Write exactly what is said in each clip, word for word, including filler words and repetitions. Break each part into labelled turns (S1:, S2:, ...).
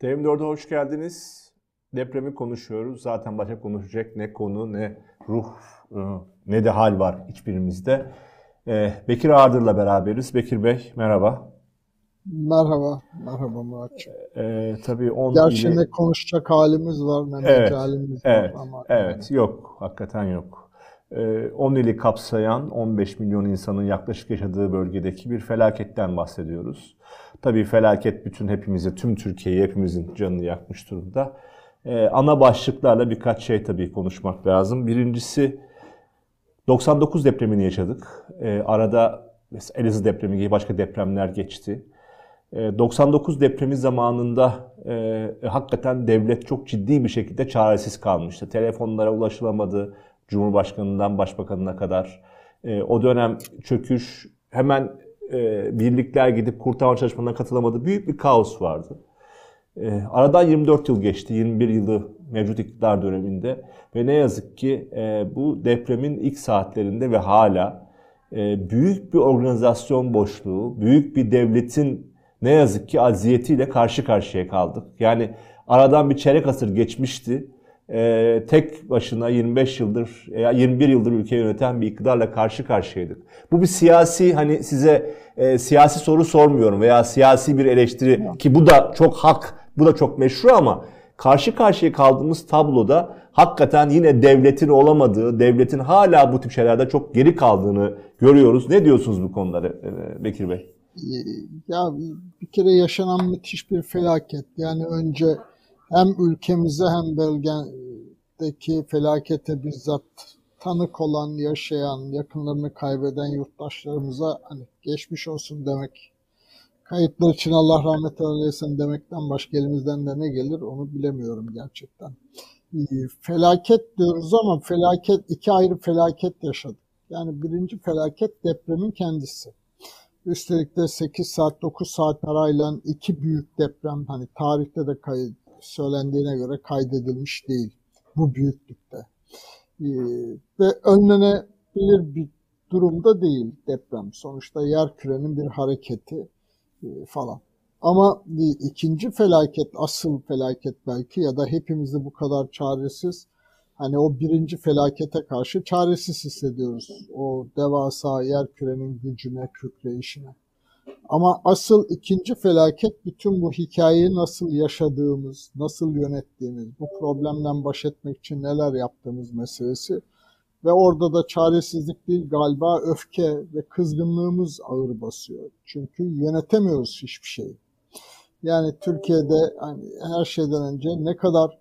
S1: T yirmi dört'e hoş geldiniz. Depremi konuşuyoruz. Zaten başka konuşacak ne konu, ne ruh, ne de hal var hiçbirimizde. Bekir Ağırdır'la beraberiz. Bekir Bey, merhaba.
S2: Merhaba, merhaba Muratçığım.
S1: Ee, tabii on
S2: Gerçi
S1: ile...
S2: ne konuşacak halimiz var, ne
S1: evet,
S2: mecalimiz
S1: evet,
S2: var ama...
S1: Evet, yani. Yok, hakikaten yok. Ee, on ili kapsayan on beş milyon insanın yaklaşık yaşadığı bölgedeki bir felaketten bahsediyoruz. Tabii felaket bütün hepimizi, tüm Türkiye'yi, hepimizin canını yakmış durumda. Ee, ana başlıklarla birkaç şey tabii konuşmak lazım. Birincisi, doksan dokuz depremini yaşadık. Ee, arada Elazığ depremi gibi başka depremler geçti. Ee, doksan dokuz depremi zamanında e, hakikaten devlet çok ciddi bir şekilde çaresiz kalmıştı. Telefonlara ulaşılamadı, Cumhurbaşkanından Başbakanına kadar. E, o dönem çöküş, hemen e, birlikler gidip kurtarma çalışmalarına katılamadı. Büyük bir kaos vardı. E, aradan yirmi dört yıl geçti, yirmi bir yılı mevcut iktidar döneminde. Ve ne yazık ki e, bu depremin ilk saatlerinde ve hala e, büyük bir organizasyon boşluğu, büyük bir devletin ne yazık ki aziyetiyle karşı karşıya kaldık. Yani aradan bir çeyrek asır geçmişti. Ee, tek başına yirmi beş yıldır veya yirmi bir yıldır ülkeyi yöneten bir iktidarla karşı karşıyaydık. Bu bir siyasi, hani size e, siyasi soru sormuyorum veya siyasi bir eleştiri, ki bu da çok hak, bu da çok meşru, ama karşı karşıya kaldığımız tabloda hakikaten yine devletin olamadığı, devletin hala bu tip şeylerde çok geri kaldığını görüyoruz. Ne diyorsunuz bu konulara e, Bekir Bey?
S2: Ya bir kere yaşanan müthiş bir felaket. Yani önce hem ülkemize hem bölgedeki felakete bizzat tanık olan, yaşayan, yakınlarını kaybeden yurttaşlarımıza hani geçmiş olsun demek, kayıplar için Allah rahmet eylesin demekten başka elimizden de ne gelir onu bilemiyorum gerçekten. Felaket diyoruz ama felaket, iki ayrı felaket yaşadık. Yani birinci felaket depremin kendisi. Üstelik de sekiz saat dokuz saat arayla iki büyük deprem, hani tarihte de kay söylendiğine göre kaydedilmiş değil bu büyüklükte. Ee, ve önlenebilir bir durumda değil deprem. Sonuçta yerkürenin bir hareketi e, falan. Ama e, ikinci felaket, asıl felaket belki, ya da hepimizi bu kadar çaresiz, hani o birinci felakete karşı çaresiz hissediyoruz. O devasa yerkürenin gücüne, kütleyişine. Ama asıl ikinci felaket bütün bu hikayeyi nasıl yaşadığımız, nasıl yönettiğimiz, bu problemden baş etmek için neler yaptığımız meselesi. Ve orada da çaresizlik değil, galiba öfke ve kızgınlığımız ağır basıyor. Çünkü yönetemiyoruz hiçbir şeyi. Yani Türkiye'de hani her şeyden önce ne kadar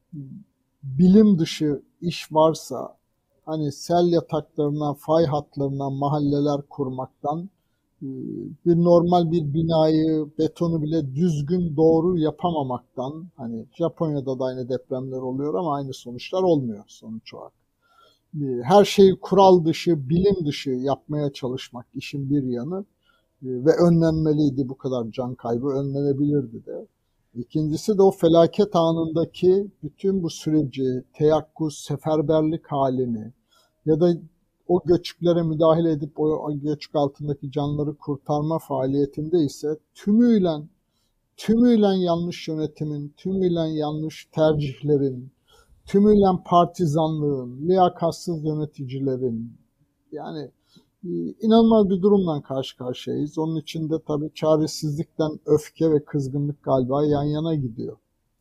S2: bilim dışı iş varsa, hani sel yataklarına, fay hatlarına mahalleler kurmaktan, bir normal bir binayı, betonu bile düzgün doğru yapamamaktan, hani Japonya'da da aynı depremler oluyor ama aynı sonuçlar olmuyor sonuç olarak. Her şeyi kural dışı, bilim dışı yapmaya çalışmak işin bir yanı ve önlenmeliydi, bu kadar can kaybı önlenebilirdi de. İkincisi de o felaket anındaki bütün bu süreci, teyakkuz, seferberlik halini ya da o göçüklere müdahale edip o göçük altındaki canları kurtarma faaliyetinde ise tümüyle, tümüyle yanlış yönetimin, tümüyle yanlış tercihlerin, tümüyle partizanlığın, liyakatsız yöneticilerin, yani inanılmaz bir durumla karşı karşıyayız. Onun için de tabii çaresizlikten öfke ve kızgınlık galiba yan yana gidiyor.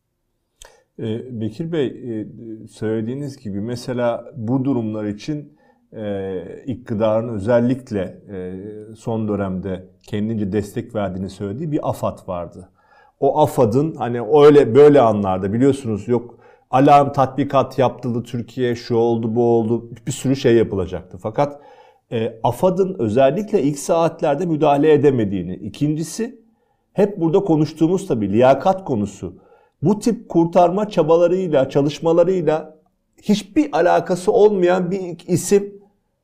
S1: Ee, Bekir Bey, söylediğiniz gibi mesela bu durumlar için e, iktidarın özellikle e, son dönemde kendince destek verdiğini söylediği bir AFAD vardı. O AFAD'ın hani öyle böyle anlarda biliyorsunuz, yok alarm tatbikat yaptırıldı Türkiye, şu oldu bu oldu, bir sürü şey yapılacaktı. Fakat e, AFAD'ın özellikle ilk saatlerde müdahale edemediğini, ikincisi hep burada konuştuğumuz tabii liyakat konusu. Bu tip kurtarma çabalarıyla, çalışmalarıyla hiçbir alakası olmayan bir isim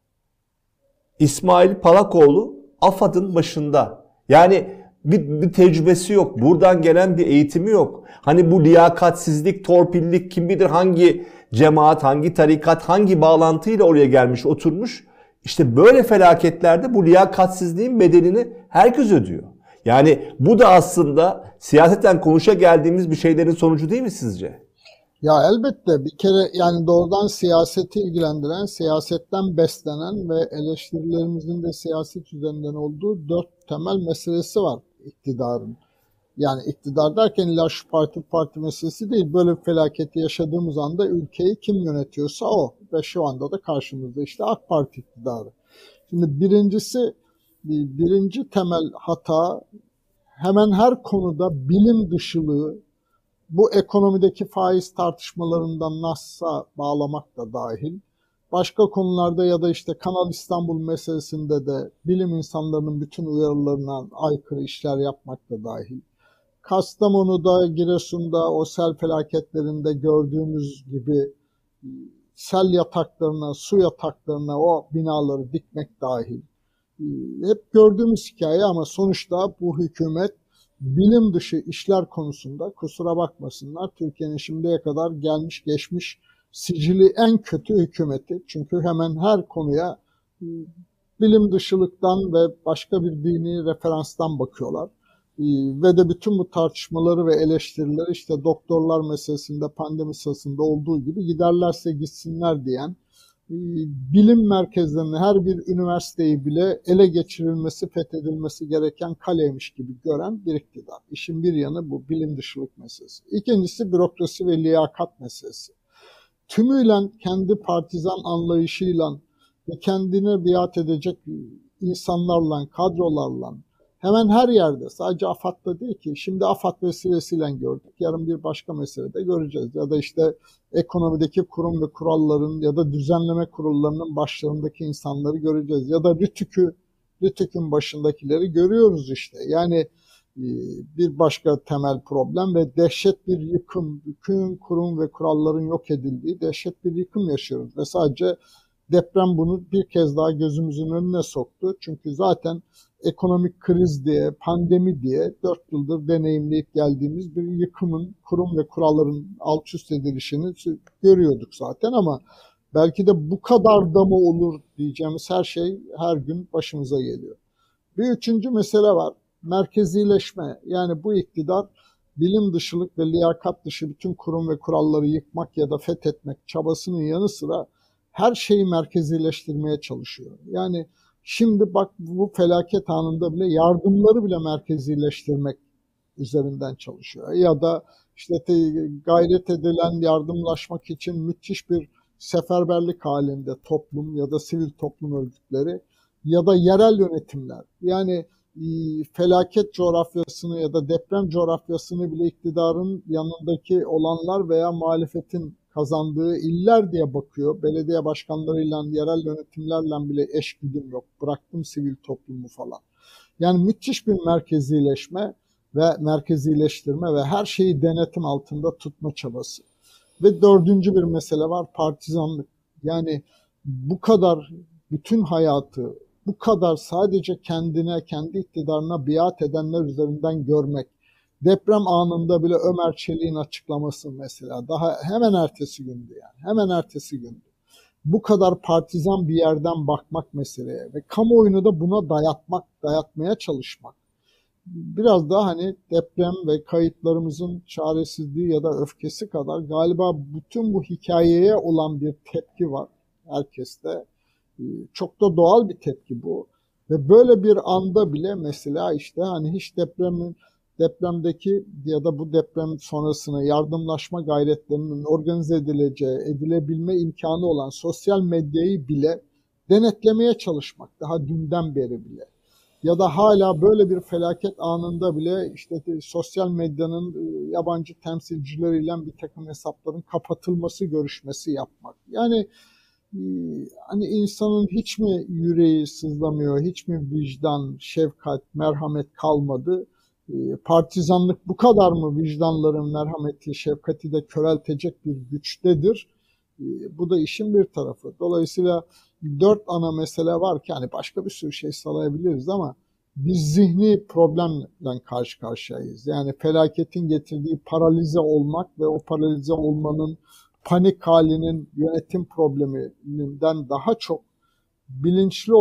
S1: İsmail Palakoğlu AFAD'ın başında. Yani bir, bir tecrübesi yok. Buradan gelen bir eğitimi yok. Hani bu liyakatsizlik, torpillik, kim bilir hangi cemaat, hangi tarikat, hangi bağlantıyla oraya gelmiş, oturmuş. İşte böyle felaketlerde bu liyakatsizliğin bedelini herkes ödüyor. Yani bu da aslında siyaseten konuşa geldiğimiz bir şeylerin sonucu değil mi sizce?
S2: Ya elbette bir kere yani doğrudan siyaseti ilgilendiren, siyasetten beslenen ve eleştirilerimizin de siyaset üzerinden olduğu dört temel meselesi var iktidarın. Yani iktidar derken illa şu parti parti meselesi değil. Böyle bir felaketi yaşadığımız anda ülkeyi kim yönetiyorsa o. Ve şu anda da karşımızda işte AK Parti iktidarı. Şimdi birincisi, birinci temel hata hemen her konuda bilim dışılığı, bu ekonomideki faiz tartışmalarından NAS'a bağlamak da dahil. Başka konularda ya da işte Kanal İstanbul meselesinde de bilim insanlarının bütün uyarılarına aykırı işler yapmak da dahil. Kastamonu'da, Giresun'da o sel felaketlerinde gördüğümüz gibi sel yataklarına, su yataklarına o binaları dikmek dahil. Hep gördüğümüz hikaye ama sonuçta bu hükümet bilim dışı işler konusunda kusura bakmasınlar Türkiye'nin şimdiye kadar gelmiş geçmiş sicili en kötü hükümeti. Çünkü hemen her konuya bilim dışılıktan ve başka bir dini referanstan bakıyorlar. Ve de bütün bu tartışmaları ve eleştirileri işte doktorlar meselesinde, pandemi sırasında olduğu gibi giderlerse gitsinler diyen, bilim merkezlerini, her bir üniversiteyi bile ele geçirilmesi, fethedilmesi gereken kaleymiş gibi gören bir iktidar. İşin bir yanı bu bilim dışılık meselesi. İkincisi bürokrasi ve liyakat meselesi. Tümüyle kendi partizan anlayışıyla ve kendine biat edecek insanlarla, kadrolarla hemen her yerde, sadece AFAD'da değil ki, şimdi AFAD vesilesiyle gördük, yarın bir başka meselede göreceğiz. Ya da işte ekonomideki kurum ve kuralların ya da düzenleme kurullarının başlarındaki insanları göreceğiz. Ya da RTÜK'ü, RTÜK'ün başındakileri görüyoruz işte. Yani bir başka temel problem ve dehşet bir yıkım, bütün kurum ve kuralların yok edildiği dehşet bir yıkım yaşıyoruz. Ve sadece deprem bunu bir kez daha gözümüzün önüne soktu. Çünkü zaten ekonomik kriz diye, pandemi diye dört yıldır deneyimleyip geldiğimiz bir yıkımın, kurum ve kuralların alt üst edilişini görüyorduk zaten ama belki de bu kadar da mı olur diyeceğimiz her şey her gün başımıza geliyor. Bir üçüncü mesele var. Merkezileşme. Yani bu iktidar bilim dışılık ve liyakat dışı bütün kurum ve kuralları yıkmak ya da fethetmek çabasının yanı sıra her şeyi merkezileştirmeye çalışıyor. Yani şimdi bak bu felaket anında bile yardımları bile merkezileştirmek üzerinden çalışıyor. Ya da işte gayret edilen yardımlaşmak için müthiş bir seferberlik halinde toplum ya da sivil toplum örgütleri ya da yerel yönetimler. Yani felaket coğrafyasını ya da deprem coğrafyasını bile iktidarın yanındaki olanlar veya muhalefetin kazandığı iller diye bakıyor. Belediye başkanlarıyla, yerel yönetimlerle bile eşgüdüm yok. Bıraktım sivil toplumu falan. Yani müthiş bir merkezileşme ve merkezileştirme ve her şeyi denetim altında tutma çabası. Ve dördüncü bir mesele var, partizanlık. Yani bu kadar bütün hayatı, bu kadar sadece kendine, kendi iktidarına biat edenler üzerinden görmek. Deprem anında bile Ömer Çelik'in açıklaması mesela daha hemen ertesi gündü yani hemen ertesi gündü. Bu kadar partizan bir yerden bakmak meseleye ve kamuoyunu da buna dayatmak, dayatmaya çalışmak. Biraz daha hani deprem ve kayıplarımızın çaresizliği ya da öfkesi kadar galiba bütün bu hikayeye olan bir tepki var herkeste. Çok da doğal bir tepki bu. Ve böyle bir anda bile mesela işte hani hiç depremin depremdeki ya da bu deprem sonrasına yardımlaşma gayretlerinin organize edileceği, edilebilme imkanı olan sosyal medyayı bile denetlemeye çalışmak daha dünden beri bile. Ya da hala böyle bir felaket anında bile işte sosyal medyanın yabancı temsilcileriyle bir takım hesapların kapatılması görüşmesi yapmak. Yani hani insanın hiç mi yüreği sızlamıyor, hiç mi vicdan, şefkat, merhamet kalmadı? Partizanlık bu kadar mı vicdanların merhameti, şefkati de köreltecek bir güçtedir? Bu da işin bir tarafı. Dolayısıyla dört ana mesele var ki hani başka bir sürü şey sayabiliriz ama biz zihni problemle karşı karşıyayız. Yani felaketin getirdiği paralize olmak ve o paralize olmanın panik halinin yönetim probleminden daha çok bilinçli olarak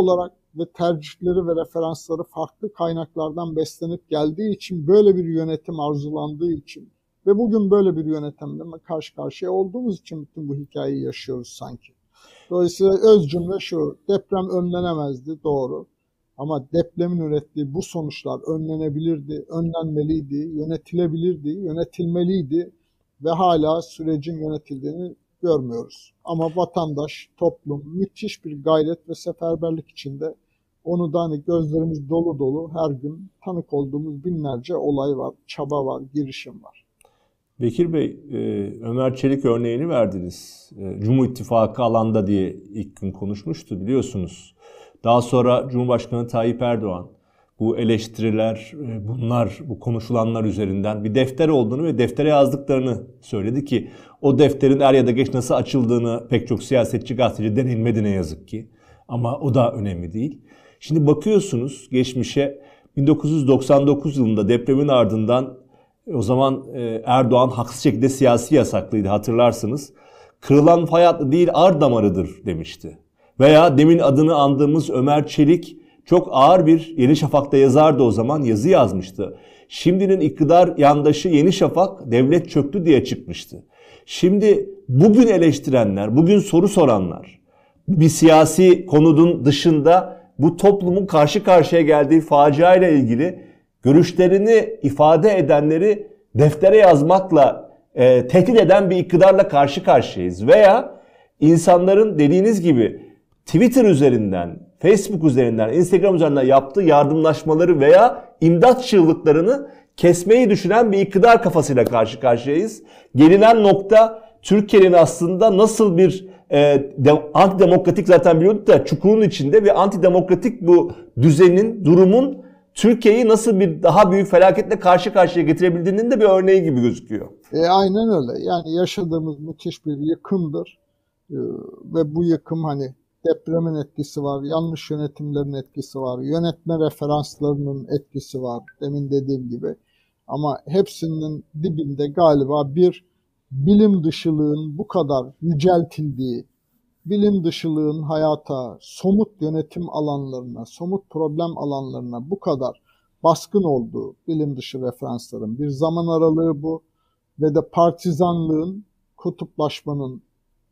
S2: ve tercihleri ve referansları farklı kaynaklardan beslenip geldiği için, böyle bir yönetim arzulandığı için ve bugün böyle bir yönetimle karşı karşıya olduğumuz için bütün bu hikayeyi yaşıyoruz sanki. Dolayısıyla öz cümle şu: deprem önlenemezdi, doğru. Ama depremin ürettiği bu sonuçlar önlenebilirdi, önlenmeliydi, yönetilebilirdi, yönetilmeliydi ve hala sürecin yönetildiğini görmüyoruz. Ama vatandaş, toplum müthiş bir gayret ve seferberlik içinde. Onu da hani gözlerimiz dolu dolu her gün tanık olduğumuz binlerce olay var, çaba var, girişim var.
S1: Bekir Bey, Ömer Çelik örneğini verdiniz. Cumhur İttifakı alanda diye ilk gün konuşmuştu, biliyorsunuz. Daha sonra Cumhurbaşkanı Tayyip Erdoğan bu eleştiriler, bunlar, bu konuşulanlar üzerinden bir defter olduğunu ve deftere yazdıklarını söyledi ki o defterin er ya da geç nasıl açıldığını pek çok siyasetçi, gazeteci denilmedi ne yazık ki. Ama o da önemli değil. Şimdi bakıyorsunuz geçmişe, bin dokuz yüz doksan dokuz yılında depremin ardından o zaman Erdoğan haksız şekilde siyasi yasaklıydı, hatırlarsınız. Kırılan fay hattı değil ar damarıdır demişti. Veya demin adını andığımız Ömer Çelik çok ağır bir Yeni Şafak'ta yazardı, o zaman yazı yazmıştı. Şimdinin iktidar yandaşı Yeni Şafak devlet çöktü diye çıkmıştı. Şimdi bugün eleştirenler, bugün soru soranlar bir siyasi konunun dışında bu toplumun karşı karşıya geldiği facia ile ilgili görüşlerini ifade edenleri deftere yazmakla e, tehdit eden bir iktidarla karşı karşıyayız. Veya insanların dediğiniz gibi Twitter üzerinden, Facebook üzerinden, Instagram üzerinden yaptığı yardımlaşmaları veya imdat çığlıklarını kesmeyi düşünen bir iktidar kafasıyla karşı karşıyayız. Gelinen nokta Türkiye'nin aslında nasıl bir e, de, antidemokratik, zaten biliyorduk da çukurun içinde ve antidemokratik bu düzenin, durumun Türkiye'yi nasıl bir daha büyük felaketle karşı karşıya getirebildiğinin de bir örneği gibi gözüküyor.
S2: E, aynen öyle. Yani yaşadığımız müthiş bir yıkımdır. E, ve bu yıkım hani depremin etkisi var, yanlış yönetimlerin etkisi var, yönetme referanslarının etkisi var, demin dediğim gibi. Ama hepsinin dibinde galiba bir bilim dışılığın bu kadar yüceltildiği, bilim dışılığın hayata, somut yönetim alanlarına, somut problem alanlarına bu kadar baskın olduğu bilim dışı referansların bir zaman aralığı bu ve de partizanlığın, kutuplaşmanın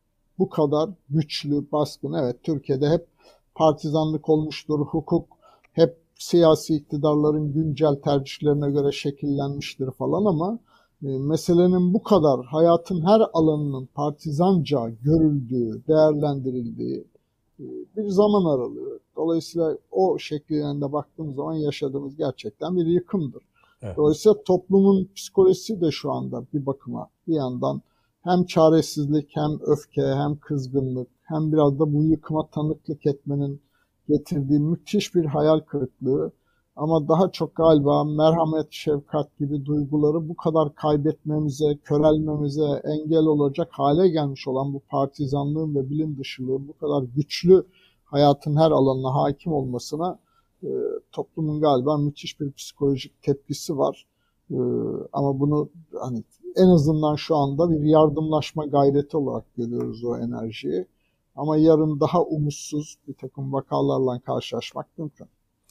S2: bu kadar güçlü, baskın. Evet, Türkiye'de hep partizanlık olmuştur, hukuk hep siyasi iktidarların güncel tercihlerine göre şekillenmiştir falan ama e, meselenin bu kadar hayatın her alanının partizanca görüldüğü, değerlendirildiği e, bir zaman aralığı. Dolayısıyla o şekliyle de baktığımız zaman yaşadığımız gerçekten bir yıkımdır. Evet. Dolayısıyla toplumun psikolojisi de şu anda bir bakıma bir yandan hem çaresizlik, hem öfke, hem kızgınlık, hem biraz da bu yıkıma tanıklık etmenin getirdiği müthiş bir hayal kırıklığı. Ama daha çok galiba merhamet, şefkat gibi duyguları bu kadar kaybetmemize, körelmemize engel olacak hale gelmiş olan bu partizanlığın ve bilim dışılığın bu kadar güçlü hayatın her alanına hakim olmasına e, toplumun galiba müthiş bir psikolojik tepkisi var. E, ama bunu hani en azından şu anda bir yardımlaşma gayreti olarak görüyoruz o enerjiyi. Ama yarın daha umutsuz bir takım vakalarla karşılaşmak mümkün.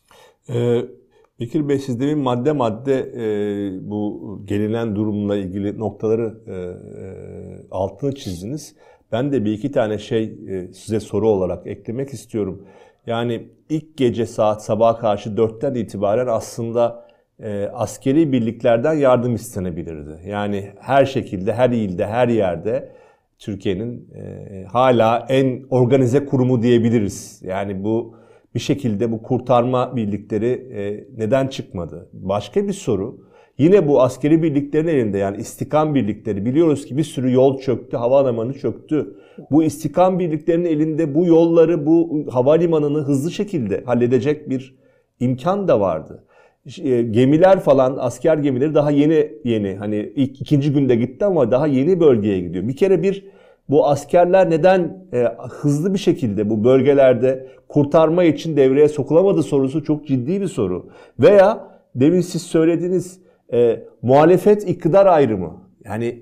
S1: Ee, Bekir Bey, siz demin madde madde e, bu gelinen durumla ilgili noktaları e, e, altını çizdiniz. Ben de bir iki tane şey e, size soru olarak eklemek istiyorum. Yani ilk gece saat sabaha karşı dörtten itibaren aslında e, askeri birliklerden yardım istenebilirdi. Yani her şekilde, her ilde, her yerde Türkiye'nin e, hala en organize kurumu diyebiliriz. Yani bu bir şekilde bu kurtarma birlikleri e, neden çıkmadı? Başka bir soru. Yine bu askeri birliklerin elinde, yani istikam birlikleri, biliyoruz ki bir sürü yol çöktü, havalimanı çöktü. Bu istikam birliklerinin elinde bu yolları, bu havalimanını hızlı şekilde halledecek bir imkan da vardı. Gemiler falan, asker gemileri daha yeni yeni, hani ilk ikinci günde gitti ama daha yeni bölgeye gidiyor. Bir kere bir bu askerler neden e, hızlı bir şekilde bu bölgelerde kurtarma için devreye sokulamadı sorusu çok ciddi bir soru. Veya demin siz söylediğiniz e, muhalefet iktidar ayrımı. Yani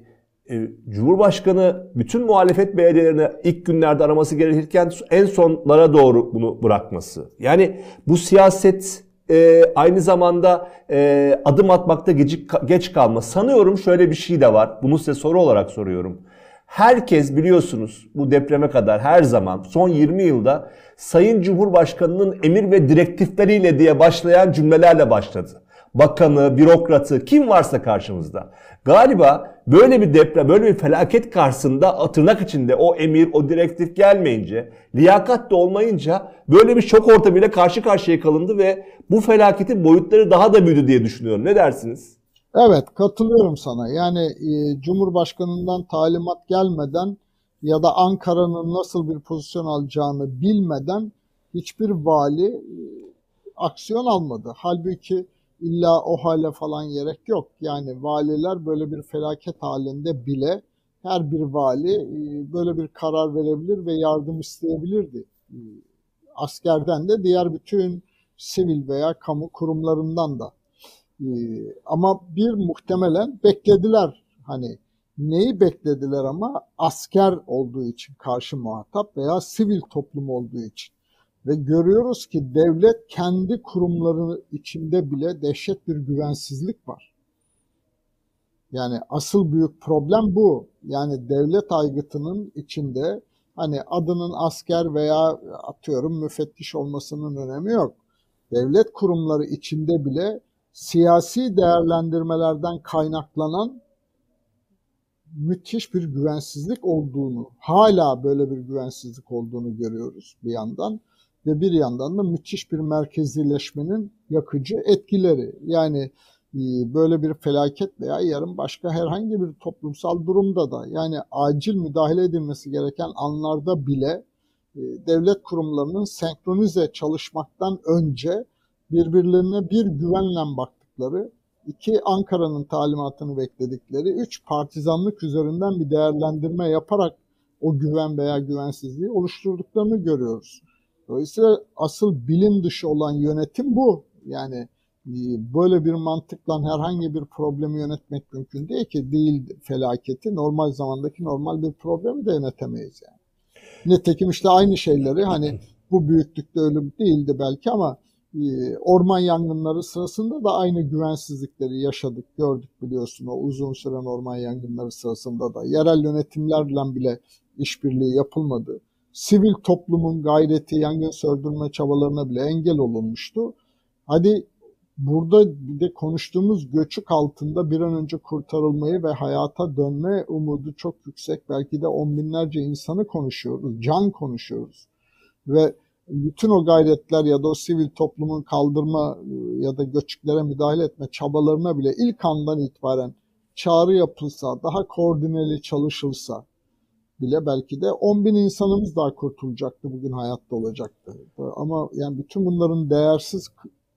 S1: e, Cumhurbaşkanı bütün muhalefet belediyelerine ilk günlerde araması gerekirken en sonlara doğru bunu bırakması. Yani bu siyaset e, aynı zamanda e, adım atmakta gecik, geç kalma. Sanıyorum şöyle bir şey de var. Bunu size soru olarak soruyorum. Herkes biliyorsunuz bu depreme kadar her zaman son yirmi yılda Sayın Cumhurbaşkanı'nın emir ve direktifleriyle diye başlayan cümlelerle başladı. Bakanı, bürokratı, kim varsa karşımızda. Galiba böyle bir deprem, böyle bir felaket karşısında tırnak içinde o emir, o direktif gelmeyince, liyakat da olmayınca böyle bir şok ortamıyla karşı karşıya kalındı ve bu felaketin boyutları daha da büyüdü diye düşünüyorum. Ne dersiniz?
S2: Evet, katılıyorum sana. Yani e, Cumhurbaşkanı'ndan talimat gelmeden ya da Ankara'nın nasıl bir pozisyon alacağını bilmeden hiçbir vali e, aksiyon almadı. Halbuki illa o hale falan gerek yok. Yani valiler böyle bir felaket halinde bile her bir vali e, böyle bir karar verebilir ve yardım isteyebilirdi. E, askerden de diğer bütün sivil veya kamu kurumlarından da. Ee, ama bir muhtemelen beklediler. Hani neyi beklediler ama? Asker olduğu için karşı muhatap veya sivil toplum olduğu için. Ve görüyoruz ki devlet kendi kurumları içinde bile dehşet bir güvensizlik var. Yani asıl büyük problem bu. Yani devlet aygıtının içinde hani adının asker veya atıyorum müfettiş olmasının önemi yok. Devlet kurumları içinde bile siyasi değerlendirmelerden kaynaklanan müthiş bir güvensizlik olduğunu, hala böyle bir güvensizlik olduğunu görüyoruz bir yandan ve bir yandan da müthiş bir merkezileşmenin yakıcı etkileri. Yani böyle bir felaket veya yarın başka herhangi bir toplumsal durumda da yani acil müdahale edilmesi gereken anlarda bile devlet kurumlarının senkronize çalışmaktan önce birbirlerine bir güvenle baktıkları, iki Ankara'nın talimatını bekledikleri, üç partizanlık üzerinden bir değerlendirme yaparak o güven veya güvensizliği oluşturduklarını görüyoruz. Dolayısıyla asıl bilim dışı olan yönetim bu. Yani böyle bir mantıkla herhangi bir problemi yönetmek mümkün değil ki. Değil felaketi, normal zamandaki normal bir problemi de yönetemeyiz yani. Nitekim işte aynı şeyleri hani bu büyüklükte ölüm değildi belki ama orman yangınları sırasında da aynı güvensizlikleri yaşadık, gördük biliyorsun o uzun süren orman yangınları sırasında da. Yerel yönetimlerle bile işbirliği yapılmadı. Sivil toplumun gayreti, yangın söndürme çabalarına bile engel olunmuştu. Hadi burada bir de konuştuğumuz göçük altında bir an önce kurtarılmayı ve hayata dönme umudu çok yüksek. Belki de on binlerce insanı konuşuyoruz, can konuşuyoruz. Ve bütün o gayretler ya da o sivil toplumun kaldırma ya da göçüklere müdahale etme çabalarına bile ilk andan itibaren çağrı yapılsa, daha koordineli çalışılsa bile belki de on bin insanımız daha kurtulacaktı, bugün hayatta olacaktı. Ama yani bütün bunların değersiz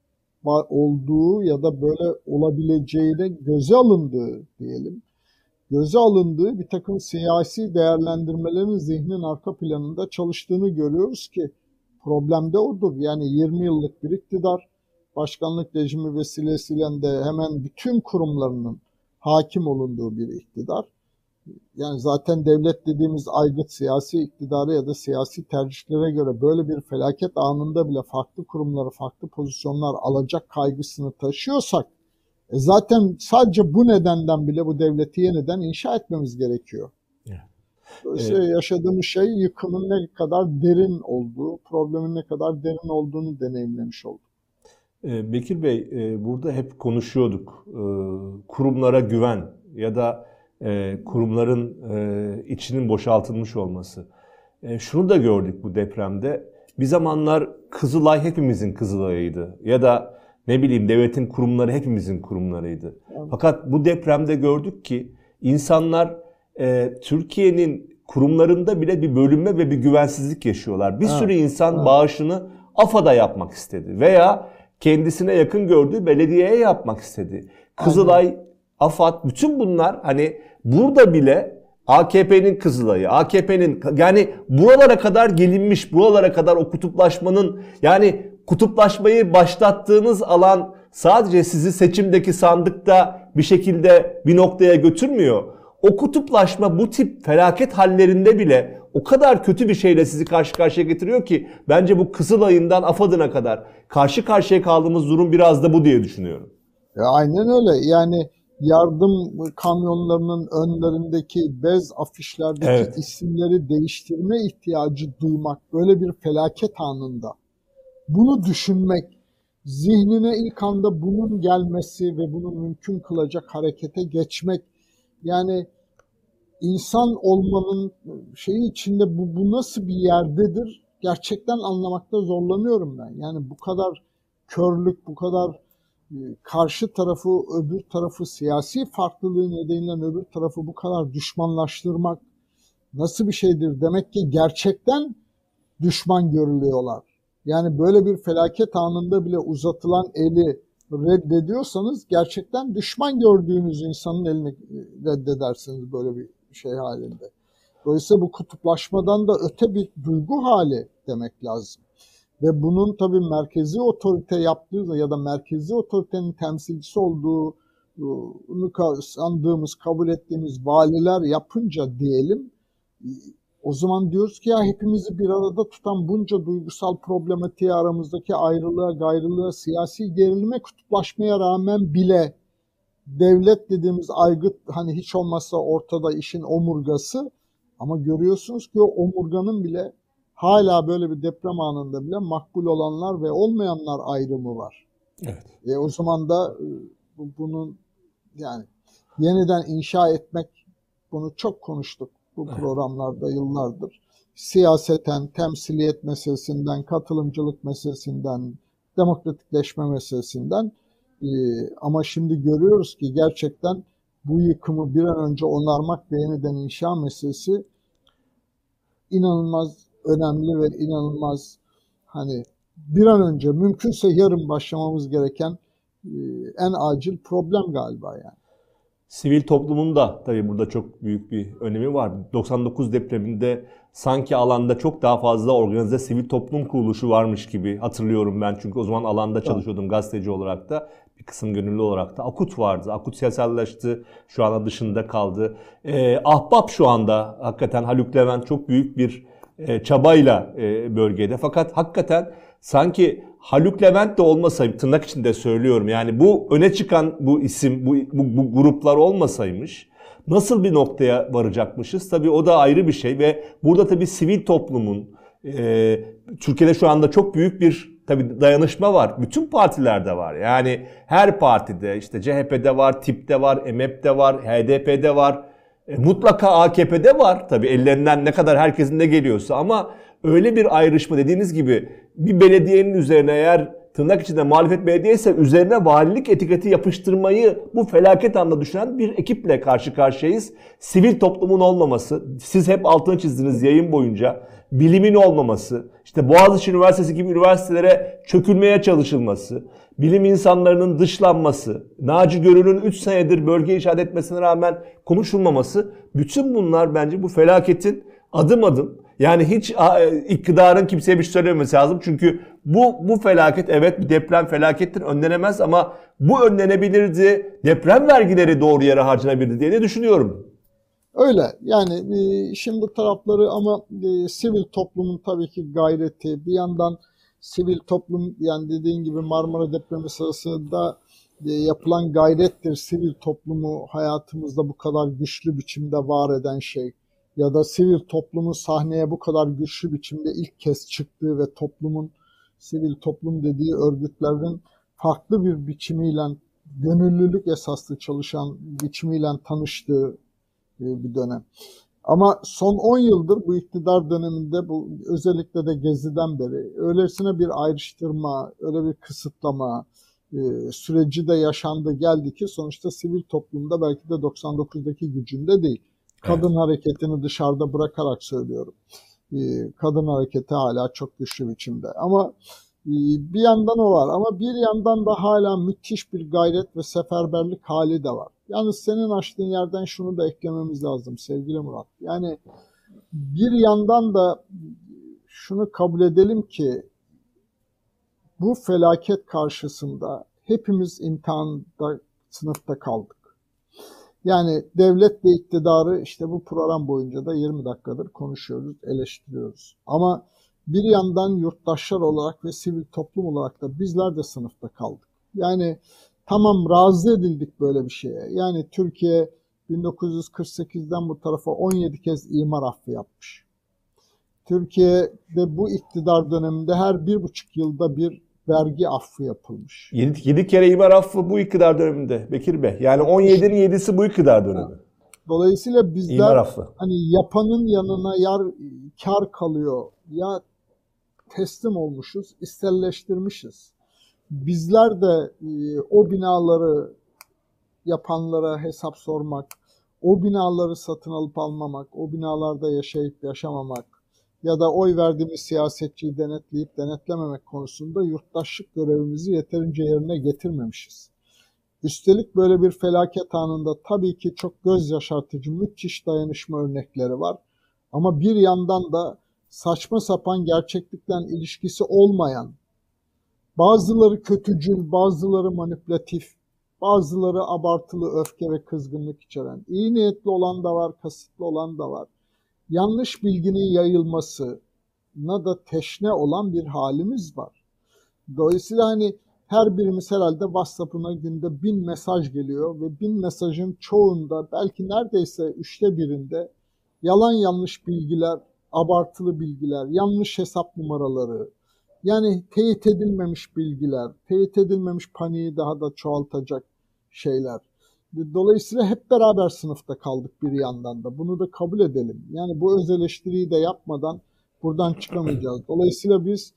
S2: olduğu ya da böyle olabileceğine göze alındığı diyelim, göze alındığı bir takım siyasi değerlendirmelerin zihnin arka planında çalıştığını görüyoruz ki problem de odur. Yani yirmi yıllık bir iktidar, başkanlık rejimi vesilesiyle de hemen bütün kurumlarının hakim olunduğu bir iktidar. Yani zaten devlet dediğimiz aygıt siyasi iktidarı ya da siyasi tercihlere göre böyle bir felaket anında bile farklı kurumları, farklı pozisyonlar alacak kaygısını taşıyorsak e zaten sadece bu nedenden bile bu devleti yeniden inşa etmemiz gerekiyor. Dolayısıyla evet. Yaşadığımız şey yıkımın ne kadar derin olduğu, problemin ne kadar derin olduğunu deneyimlemiş olduk.
S1: Bekir Bey, burada hep konuşuyorduk. Kurumlara güven ya da kurumların içinin boşaltılmış olması. Şunu da gördük bu depremde. Bir zamanlar Kızılay hepimizin Kızılay'ıydı. Ya da ne bileyim devletin kurumları hepimizin kurumlarıydı. Evet. Fakat bu depremde gördük ki insanlar Türkiye'nin kurumlarında bile bir bölünme ve bir güvensizlik yaşıyorlar. Bir evet. sürü insan evet. bağışını AFAD'a yapmak istedi veya kendisine yakın gördüğü belediyeye yapmak istedi. Kızılay, Aynen. AFAD, bütün bunlar hani burada bile A K P'nin Kızılay'ı, A K P'nin yani buralara kadar gelinmiş, buralara kadar o kutuplaşmanın yani kutuplaşmayı başlattığınız alan sadece sizi seçimdeki sandıkta bir şekilde bir noktaya götürmüyor. o kutuplaşma bu tip felaket hallerinde bile o kadar kötü bir şeyle sizi karşı karşıya getiriyor ki bence bu Kızılay'ından AFAD'ına kadar karşı karşıya kaldığımız durum biraz da bu diye düşünüyorum.
S2: E, aynen öyle. Yani yardım kamyonlarının önlerindeki bez afişlerdeki
S1: Evet.
S2: isimleri değiştirme ihtiyacı duymak böyle bir felaket anında. Bunu düşünmek, zihnine ilk anda bunun gelmesi ve bunu mümkün kılacak harekete geçmek. Yani insan olmanın şeyi içinde bu, bu nasıl bir yerdedir? Gerçekten anlamakta zorlanıyorum ben. Yani bu kadar körlük, bu kadar e, karşı tarafı, öbür tarafı siyasi farklılığı nedeniyle öbür tarafı bu kadar düşmanlaştırmak nasıl bir şeydir? Demek ki gerçekten düşman görülüyorlar. Yani böyle bir felaket anında bile uzatılan eli reddediyorsanız gerçekten düşman gördüğünüz insanın elini reddedersiniz böyle bir şey halinde. Dolayısıyla bu kutuplaşmadan da öte bir duygu hali demek lazım. Ve bunun tabii merkezi otorite yaptığı ya da merkezi otoritenin temsilcisi olduğunu sandığımız, kabul ettiğimiz valiler yapınca diyelim, o zaman diyoruz ki ya hepimizi bir arada tutan bunca duygusal problematiğe, aramızdaki ayrılığa, gayrılığa, siyasi gerilime, kutuplaşmaya rağmen bile devlet dediğimiz aygıt hani hiç olmazsa ortada işin omurgası, ama görüyorsunuz ki o omurganın bile hala böyle bir deprem anında bile makbul olanlar ve olmayanlar ayrımı var.
S1: Evet.
S2: E o zaman da bu, bunun yani yeniden inşa etmek, bunu çok konuştuk bu programlarda yıllardır. Siyaseten, temsiliyet meselesinden, katılımcılık meselesinden, demokratikleşme meselesinden. Ee, ama şimdi görüyoruz ki gerçekten bu yıkımı bir an önce onarmak ve yeniden inşa meselesi inanılmaz önemli ve inanılmaz, hani bir an önce mümkünse yarın başlamamız gereken e, en acil problem galiba yani.
S1: Sivil toplumun da tabii burada çok büyük bir önemi var. doksan dokuz depreminde sanki alanda çok daha fazla organize sivil toplum kuruluşu varmış gibi hatırlıyorum ben. Çünkü o zaman alanda çalışıyordum gazeteci olarak da, bir kısım gönüllü olarak da. Akut vardı. Akut siyasallaştı. Şu anda dışında kaldı. Ee, Ahbap şu anda hakikaten Haluk Levent çok büyük bir e, çabayla e, bölgede. Fakat hakikaten sanki Haluk Levent de olmasaydı, tırnak içinde söylüyorum, yani bu öne çıkan bu isim, bu, bu, bu gruplar olmasaymış nasıl bir noktaya varacakmışız? Tabii o da ayrı bir şey ve burada tabii sivil toplumun, e, Türkiye'de şu anda çok büyük bir tabii dayanışma var. Bütün partilerde var. Yani her partide, işte C H P'de var, TİP'te var, M H P'de var, H D P'de var. E, mutlaka A K P'de var. Tabii ellerinden ne kadar herkesin ne geliyorsa, ama öyle bir ayrışma, dediğiniz gibi bir belediyenin üzerine, eğer tırnak içinde muhalefet belediye ise, üzerine valilik etiketi yapıştırmayı bu felaket anında düşünen bir ekiple karşı karşıyayız. Sivil toplumun olmaması, siz hep altını çizdiniz yayın boyunca, bilimin olmaması, işte Boğaziçi Üniversitesi gibi üniversitelere çökülmeye çalışılması, bilim insanlarının dışlanması, Naci Görür'ün üç senedir bölge inşaat etmesine rağmen konuşulmaması, bütün bunlar bence bu felaketin adım adım, yani hiç iktidarın kimseye bir şey söylememesi lazım. Çünkü bu bu felaket, evet bir deprem felakettir, önlenemez, ama bu önlenebilirdi. Deprem vergileri doğru yere harcanabilirdi diye de düşünüyorum.
S2: Öyle yani e, işin bu tarafları, ama e, sivil toplumun tabii ki gayreti, bir yandan sivil toplum, yani dediğin gibi Marmara depremi sırasında e, yapılan gayrettir sivil toplumu hayatımızda bu kadar güçlü biçimde var eden şey. Ya da sivil toplumun sahneye bu kadar güçlü biçimde ilk kez çıktığı ve toplumun, sivil toplum dediği örgütlerin farklı bir biçimiyle, gönüllülük esaslı çalışan biçimiyle tanıştığı bir dönem. Ama son on yıldır bu iktidar döneminde, bu özellikle de Gezi'den beri öylesine bir ayrıştırma, öyle bir kısıtlama e, süreci de yaşandı geldi ki sonuçta sivil toplumda belki de doksan dokuzdaki gücünde değil. Kadın evet. hareketini dışarıda bırakarak söylüyorum. E, kadın hareketi hala çok güçlü biçimde. Ama e, bir yandan o var, ama bir yandan da hala müthiş bir gayret ve seferberlik hali de var. Yalnız senin açtığın yerden şunu da eklememiz lazım sevgili Murat. Yani bir yandan da şunu kabul edelim ki bu felaket karşısında hepimiz imtihanda, sınıfta kaldık. Yani devlet ve iktidarı işte bu program boyunca da yirmi dakikadır konuşuyoruz, eleştiriyoruz. Ama bir yandan yurttaşlar olarak ve sivil toplum olarak da bizler de sınıfta kaldık. Yani tamam, razı edildik böyle bir şeye. Yani Türkiye bin dokuz yüz kırk sekizden bu tarafa on yedi kez imar affı yapmış. Türkiye'de bu iktidar döneminde her bir buçuk yılda bir vergi affı yapılmış.
S1: yedi kere imar affı bu iktidar döneminde Bekir Bey. Yani on yedinin yedisi bu iktidar dönemi.
S2: Dolayısıyla bizler hani yapanın yanına yar, kar kalıyor. Ya teslim olmuşuz, isterleştirmişiz. Bizler de e, o binaları yapanlara hesap sormak, o binaları satın alıp almamak, o binalarda yaşayıp yaşamamak ya da oy verdiğimiz siyasetçiyi denetleyip denetlememek konusunda yurttaşlık görevimizi yeterince yerine getirmemişiz. Üstelik böyle bir felaket anında tabii ki çok göz yaşartıcı, müthiş dayanışma örnekleri var. Ama bir yandan da saçma sapan, gerçeklikten ilişkisi olmayan, bazıları kötücül, bazıları manipülatif, bazıları abartılı öfke ve kızgınlık içeren, iyi niyetli olan da var, kasıtlı olan da var. Yanlış bilginin yayılmasına da teşne olan bir halimiz var. Dolayısıyla hani her birimiz herhalde WhatsApp'ına günde bin mesaj geliyor ve bin mesajın çoğunda, belki neredeyse üçte birinde yalan yanlış bilgiler, abartılı bilgiler, yanlış hesap numaraları, yani teyit edilmemiş bilgiler, teyit edilmemiş paniği daha da çoğaltacak şeyler. Dolayısıyla hep beraber sınıfta kaldık bir yandan da. Bunu da kabul edelim. Yani bu öz eleştiriyi de yapmadan buradan çıkamayacağız. Dolayısıyla biz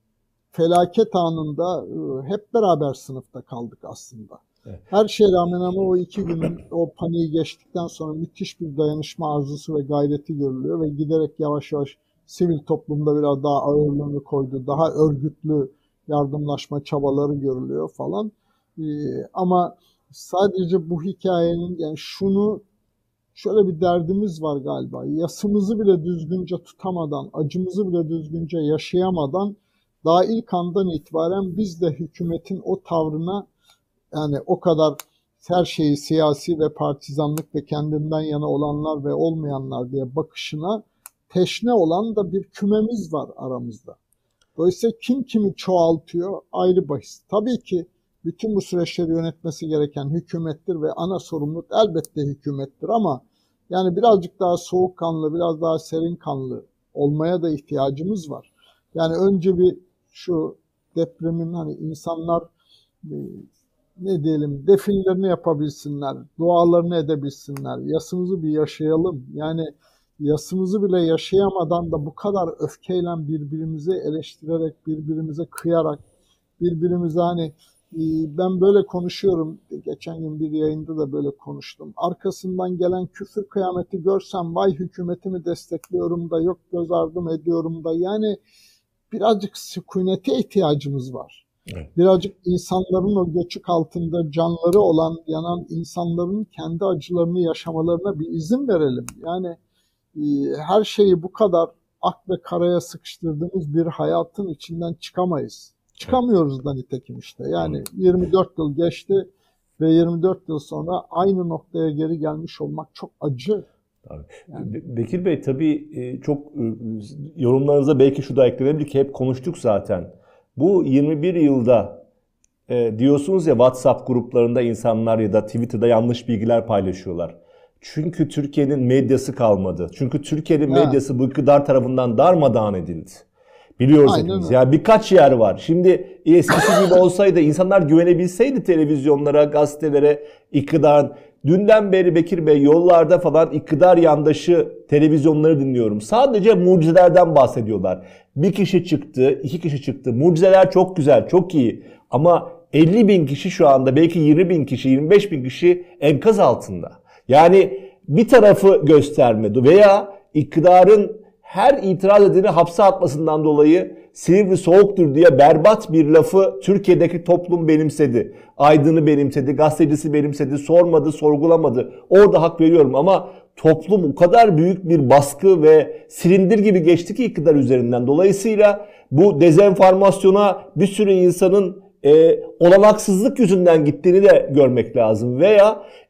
S2: felaket anında hep beraber sınıfta kaldık aslında. Evet. Her şeye rağmen ama o iki günün o paniği geçtikten sonra müthiş bir dayanışma arzusu ve gayreti görülüyor ve giderek yavaş yavaş sivil toplumda biraz daha ağırlığını koydu, daha örgütlü yardımlaşma çabaları görülüyor falan. Ee, ama sadece bu hikayenin, yani şunu, şöyle bir derdimiz var galiba. Yasımızı bile düzgünce tutamadan, acımızı bile düzgünce yaşayamadan daha ilk andan itibaren biz de hükümetin o tavrına, yani o kadar her şeyi siyasi ve partizanlık ve kendinden yana olanlar ve olmayanlar diye bakışına teşne olan da bir kümemiz var aramızda. Dolayısıyla kim kimi çoğaltıyor ayrı bahis. Tabii ki bütün bu süreçleri yönetmesi gereken hükümettir ve ana sorumluluk elbette hükümettir ama yani birazcık daha soğukkanlı, biraz daha serinkanlı olmaya da ihtiyacımız var. Yani önce bir şu depremin hani insanlar ne diyelim defilelerini yapabilsinler, dualarını edebilsinler, yasımızı bir yaşayalım. Yani yasımızı bile yaşayamadan da bu kadar öfkeyle birbirimizi eleştirerek, birbirimize kıyarak, birbirimize hani ben böyle konuşuyorum, geçen gün bir yayında da böyle konuştum. Arkasından gelen küfür kıyameti görsem vay hükümetimi destekliyorum da yok göz ardım ediyorum da, yani birazcık sükunete ihtiyacımız var. Evet. Birazcık insanların o göçük altında canları olan, yanan insanların kendi acılarını yaşamalarına bir izin verelim. Yani e, her şeyi bu kadar ak ve karaya sıkıştırdığımız bir hayatın içinden çıkamayız. Çıkamıyoruz da nitekim işte. Yani yirmi dört yıl geçti ve yirmi dört yıl sonra aynı noktaya geri gelmiş olmak çok acı.
S1: Tabii. Yani. Bekir Bey tabii çok yorumlarınıza belki şu da eklenebilir ki hep konuştuk zaten. Bu yirmi bir yılda e, diyorsunuz ya WhatsApp gruplarında insanlar ya da Twitter'da yanlış bilgiler paylaşıyorlar. Çünkü Türkiye'nin medyası kalmadı. Çünkü Türkiye'nin evet. medyası bu iktidar tarafından darmadağın edildi. Biliyoruz Aynen hepimiz. Yani birkaç yer var. Şimdi eskisi gibi olsaydı, insanlar güvenebilseydi televizyonlara, gazetelere, iktidar. Dünden beri Bekir Bey yollarda falan iktidar yandaşı televizyonları dinliyorum. Sadece mucizelerden bahsediyorlar. Bir kişi çıktı, iki kişi çıktı. Mucizeler çok güzel, çok iyi. Ama elli bin kişi şu anda, belki yirmi bin kişi, yirmi beş bin kişi enkaz altında. Yani bir tarafı göstermedi veya iktidarın her itiraz edeni hapse atmasından dolayı Silivri soğuktur diye berbat bir lafı Türkiye'deki toplum benimsedi. Aydın'ı benimsedi, gazetecisi benimsedi, sormadı, sorgulamadı. Orada hak veriyorum ama toplum o kadar büyük bir baskı ve silindir gibi geçti ki iktidar üzerinden. Dolayısıyla bu dezenformasyona bir sürü insanın e, olanaksızlık yüzünden gittiğini de görmek lazım. Veya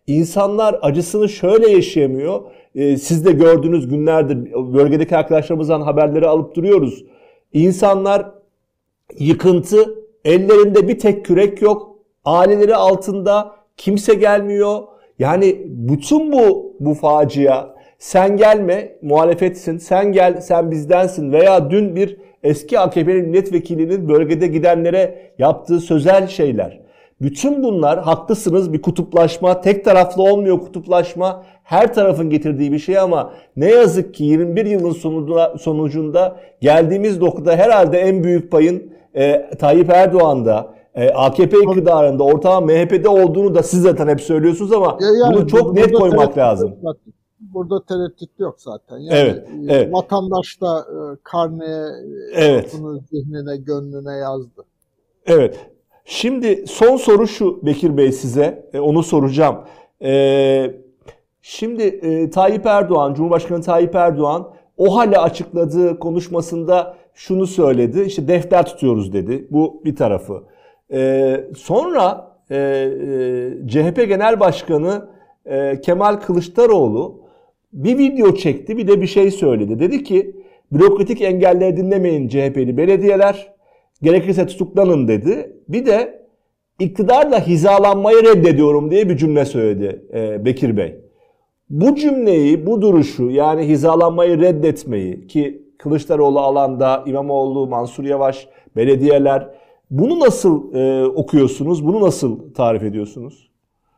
S1: insanlar acısını şöyle yaşayamıyor. Ee, siz de gördüğünüz günlerdir bölgedeki arkadaşlarımızdan haberleri alıp duruyoruz. İnsanlar yıkıntı, ellerinde bir tek kürek yok. Aileleri altında kimse gelmiyor. Yani bütün bu bu facia, sen gelme muhalefetsin, sen gel sen bizdensin veya dün bir eski A K P'li milletvekilinin bölgede gidenlere yaptığı sözel şeyler. Bütün bunlar haklısınız, bir kutuplaşma, tek taraflı olmuyor kutuplaşma, her tarafın getirdiği bir şey ama ne yazık ki yirmi bir yılın sonunda, sonucunda geldiğimiz noktada herhalde en büyük payın e, Tayyip Erdoğan'da, e, A K P iktidarında, ortağı M H P'de olduğunu da siz zaten hep söylüyorsunuz ama yani, bunu çok net koymak lazım.
S2: Yok, burada tereddüt yok zaten. Yani
S1: evet, evet.
S2: Vatandaş da e, karneye,
S1: evet.
S2: bunu zihnine, gönlüne yazdı.
S1: Evet. Şimdi son soru şu Bekir Bey size, e, onu soracağım. E, şimdi e, Tayyip Erdoğan, Cumhurbaşkanı Tayyip Erdoğan o hale açıkladığı konuşmasında şunu söyledi. İşte defter tutuyoruz dedi. Bu bir tarafı. E, sonra e, e, C H P Genel Başkanı e, Kemal Kılıçdaroğlu bir video çekti, bir de bir şey söyledi. Dedi ki bürokratik engelleri dinlemeyin C H P'li belediyeler. Gerekirse tutuklanın dedi. Bir de iktidarla hizalanmayı reddediyorum diye bir cümle söyledi e, Bekir Bey. Bu cümleyi, bu duruşu yani hizalanmayı reddetmeyi ki Kılıçdaroğlu alanda, İmamoğlu, Mansur Yavaş, belediyeler bunu nasıl e, okuyorsunuz? Bunu nasıl tarif ediyorsunuz?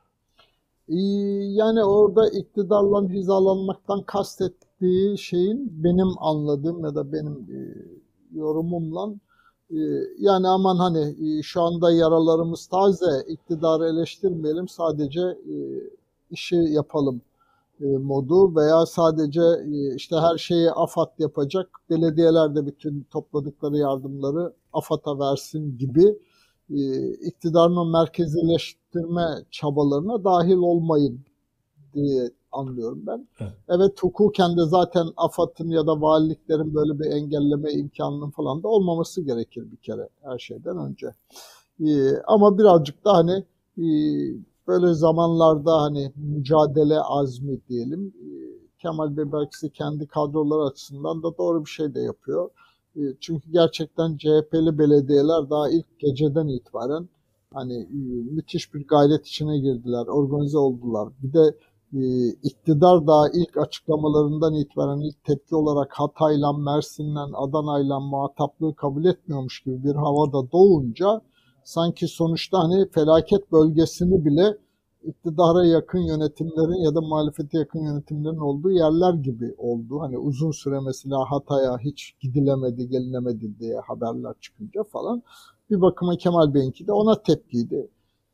S2: Yani orada iktidarla hizalanmaktan kastettiği şeyin benim anladığım ya da benim e, yorumumla yani aman hani şu anda yaralarımız taze, iktidarı eleştirmeyelim, sadece işi yapalım modu veya sadece işte her şeyi AFAD yapacak, belediyeler de bütün topladıkları yardımları AFAD'a versin gibi iktidarın o merkezileştirme çabalarına dahil olmayın diye anlıyorum ben. Evet, evet, hukuken de zaten AFAD'ın ya da valiliklerin böyle bir engelleme imkanının falan da olmaması gerekir bir kere her şeyden önce. Ee, ama birazcık da hani e, böyle zamanlarda hani mücadele azmi diyelim. E, Kemal Bey belki kendi kadroları açısından da doğru bir şey de yapıyor. E, çünkü gerçekten C H P'li belediyeler daha ilk geceden itibaren hani e, müthiş bir gayret içine girdiler, organize oldular. Bir de Ee, iktidar daha ilk açıklamalarından itibaren ilk tepki olarak Hatay'la, Mersin'le, Adana'yla muhataplığı kabul etmiyormuş gibi bir havada doğunca sanki sonuçta hani felaket bölgesini bile iktidara yakın yönetimlerin ya da muhalefete yakın yönetimlerin olduğu yerler gibi oldu. Hani uzun süre mesela Hatay'a hiç gidilemedi, gelinemedi diye haberler çıkınca falan. Bir bakıma Kemal Bey'inki de ona tepkiydi.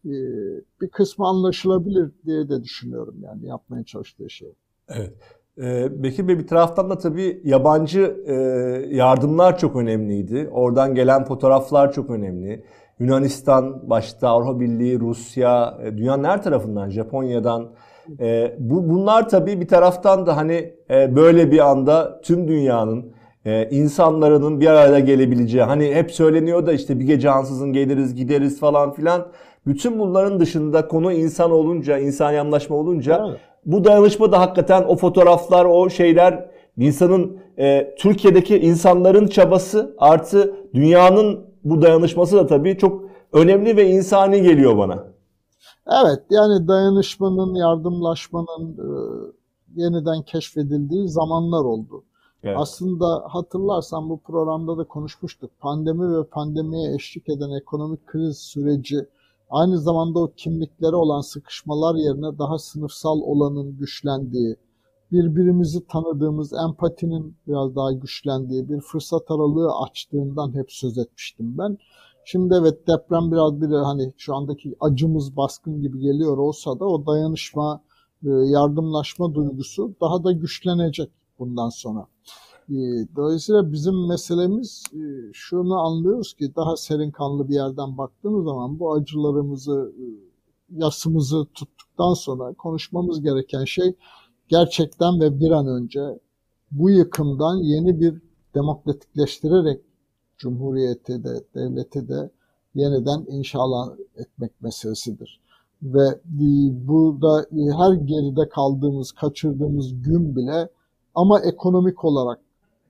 S2: Bir kısmı anlaşılabilir diye de düşünüyorum yani yapmaya çalıştığı şey.
S1: Evet. Ee, Bekir Bey bir taraftan da tabii yabancı e, yardımlar çok önemliydi. Oradan gelen fotoğraflar çok önemli. Yunanistan başta, Avrupa Birliği, Rusya, e, dünyanın her tarafından, Japonya'dan. E, bu bunlar tabii bir taraftan da hani e, böyle bir anda tüm dünyanın e, insanların bir araya gelebileceği, hani hep söyleniyor da işte bir gece ansızın geliriz gideriz falan filan. Bütün bunların dışında konu insan olunca, insan yanlaşma olunca evet, bu dayanışma da hakikaten o fotoğraflar, o şeyler insanın, e, Türkiye'deki insanların çabası artı dünyanın bu dayanışması da tabii çok önemli ve insani geliyor bana.
S2: Evet, yani dayanışmanın, yardımlaşmanın e, yeniden keşfedildiği zamanlar oldu. Evet. Aslında hatırlarsan bu programda da konuşmuştuk. Pandemi ve pandemiye eşlik eden ekonomik kriz süreci aynı zamanda o kimliklere olan sıkışmalar yerine daha sınıfsal olanın güçlendiği, birbirimizi tanıdığımız empatinin biraz daha güçlendiği bir fırsat aralığı açtığından hep söz etmiştim ben. Şimdi evet, deprem biraz bir hani şu andaki acımız baskın gibi geliyor olsa da o dayanışma, yardımlaşma duygusu daha da güçlenecek bundan sonra. Dolayısıyla bizim meselemiz, şunu anlıyoruz ki daha serin kanlı bir yerden baktığımız zaman bu acılarımızı, yasımızı tuttuktan sonra konuşmamız gereken şey gerçekten ve bir an önce bu yıkımdan yeni bir demokratikleştirerek Cumhuriyeti de, devleti de yeniden inşa etmek meselesidir. Ve e, burada e, her geride kaldığımız, kaçırdığımız gün bile ama ekonomik olarak,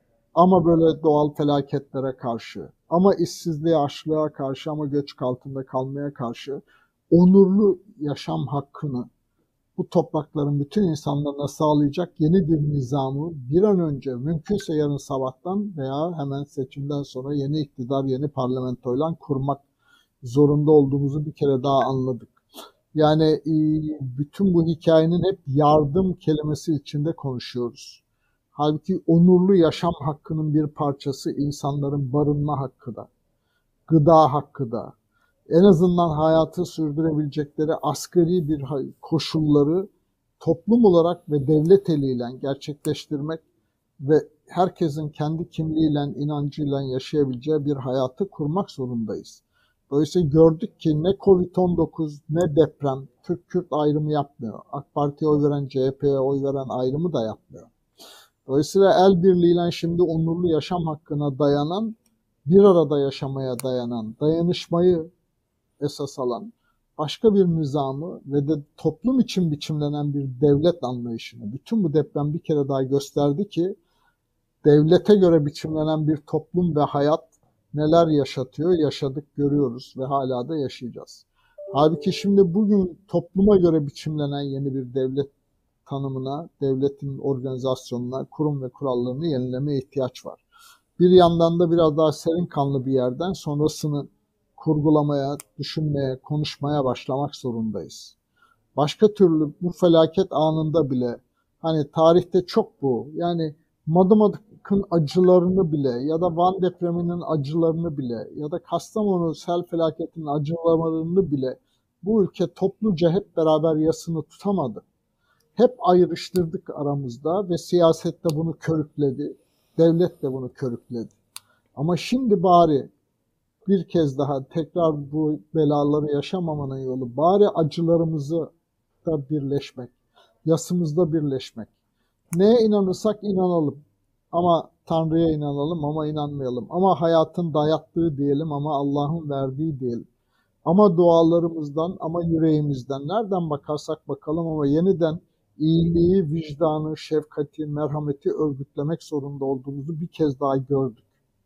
S2: ama böyle doğal felaketlere karşı, ama işsizliğe, açlığa karşı, ama göçük altında kalmaya karşı onurlu yaşam hakkını bu toprakların bütün insanlarına sağlayacak yeni bir nizamı bir an önce, mümkünse yarın sabahtan veya hemen seçimden sonra yeni iktidar, yeni parlamentoyla kurmak zorunda olduğumuzu bir kere daha anladık. Yani e, bütün bu hikayenin hep yardım kelimesi içinde konuşuyoruz. Halbuki onurlu yaşam hakkının bir parçası insanların barınma hakkı da, gıda hakkı da, en azından hayatı sürdürebilecekleri asgari bir koşulları toplum olarak ve devlet eliyle gerçekleştirmek ve herkesin kendi kimliğiyle, inancıyla yaşayabileceği bir hayatı kurmak zorundayız. Dolayısıyla gördük ki ne kovid on dokuz ne deprem Türk-Kürt ayrımı yapmıyor. AK Parti'ye oy veren, C H P'ye oy veren ayrımı da yapmıyor. Dolayısıyla el birliğiyle şimdi onurlu yaşam hakkına dayanan, bir arada yaşamaya dayanan, dayanışmayı esas alan başka bir nizamı ve de toplum için biçimlenen bir devlet anlayışını, bütün bu deprem bir kere daha gösterdi ki devlete göre biçimlenen bir toplum ve hayat neler yaşatıyor, yaşadık, görüyoruz ve hala da yaşayacağız. Halbuki şimdi bugün topluma göre biçimlenen yeni bir devlet tanımına, devletin organizasyonuna, kurum ve kurallarını yenilemeye ihtiyaç var. Bir yandan da biraz daha serin kanlı bir yerden sonrasını kurgulamaya, düşünmeye, konuşmaya başlamak zorundayız. Başka türlü bu felaket anında bile, hani tarihte çok bu, yani Madımak'ın acılarını bile ya da Van depreminin acılarını bile ya da Kastamonu sel felaketinin acılarını bile bu ülke topluca hep beraber yasını tutamadı. Hep ayrıştırdık aramızda ve siyaset de bunu körükledi, devlet de bunu körükledi. Ama şimdi bari bir kez daha tekrar bu belaları yaşamamanın yolu, bari acılarımızı da birleşmek, yasımızda birleşmek. Neye inanırsak inanalım ama Tanrı'ya inanalım ama inanmayalım. Ama hayatın dayattığı diyelim ama Allah'ın verdiği diyelim. Ama dualarımızdan ama yüreğimizden, nereden bakarsak bakalım ama yeniden iyiliği, vicdanı, şefkati, merhameti örgütlemek zorunda olduğumuzu bir kez daha gördük.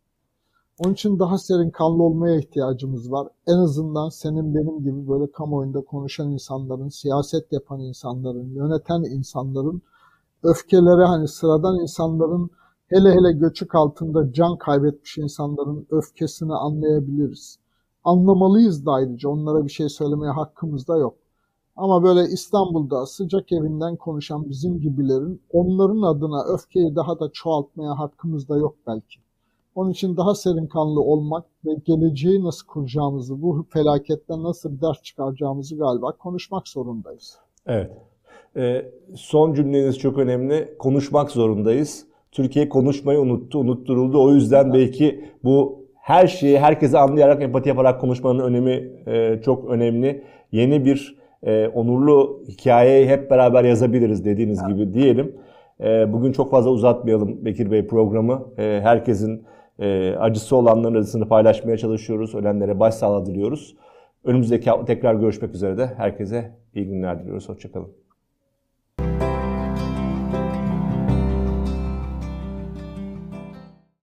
S2: Onun için daha serin kanlı olmaya ihtiyacımız var. En azından senin benim gibi böyle kamuoyunda konuşan insanların, siyaset yapan insanların, yöneten insanların, öfkeleri, hani sıradan insanların, hele hele göçük altında can kaybetmiş insanların öfkesini anlayabiliriz. Anlamalıyız da ayrıca, onlara bir şey söylemeye hakkımız da yok. Ama böyle İstanbul'da sıcak evinden konuşan bizim gibilerin onların adına öfkeyi daha da çoğaltmaya hakkımız da yok belki. Onun için daha serin kanlı olmak ve geleceği nasıl kuracağımızı, bu felaketten nasıl bir ders çıkaracağımızı galiba konuşmak zorundayız.
S1: Evet. Ee, son cümleniz çok önemli. Konuşmak zorundayız. Türkiye konuşmayı unuttu, unutturuldu. O yüzden evet, belki bu her şeyi herkese anlayarak, empati yaparak konuşmanın önemi e, çok önemli. Yeni bir e, onurlu hikayeyi hep beraber yazabiliriz dediğiniz evet. gibi diyelim. E, bugün çok fazla uzatmayalım Bekir Bey programı. E, herkesin e, acısı olanların acısını paylaşmaya çalışıyoruz. Ölenlere başsağlığı diliyoruz. Önümüzdeki hafta tekrar görüşmek üzere de herkese iyi günler diliyoruz. Hoşçakalın.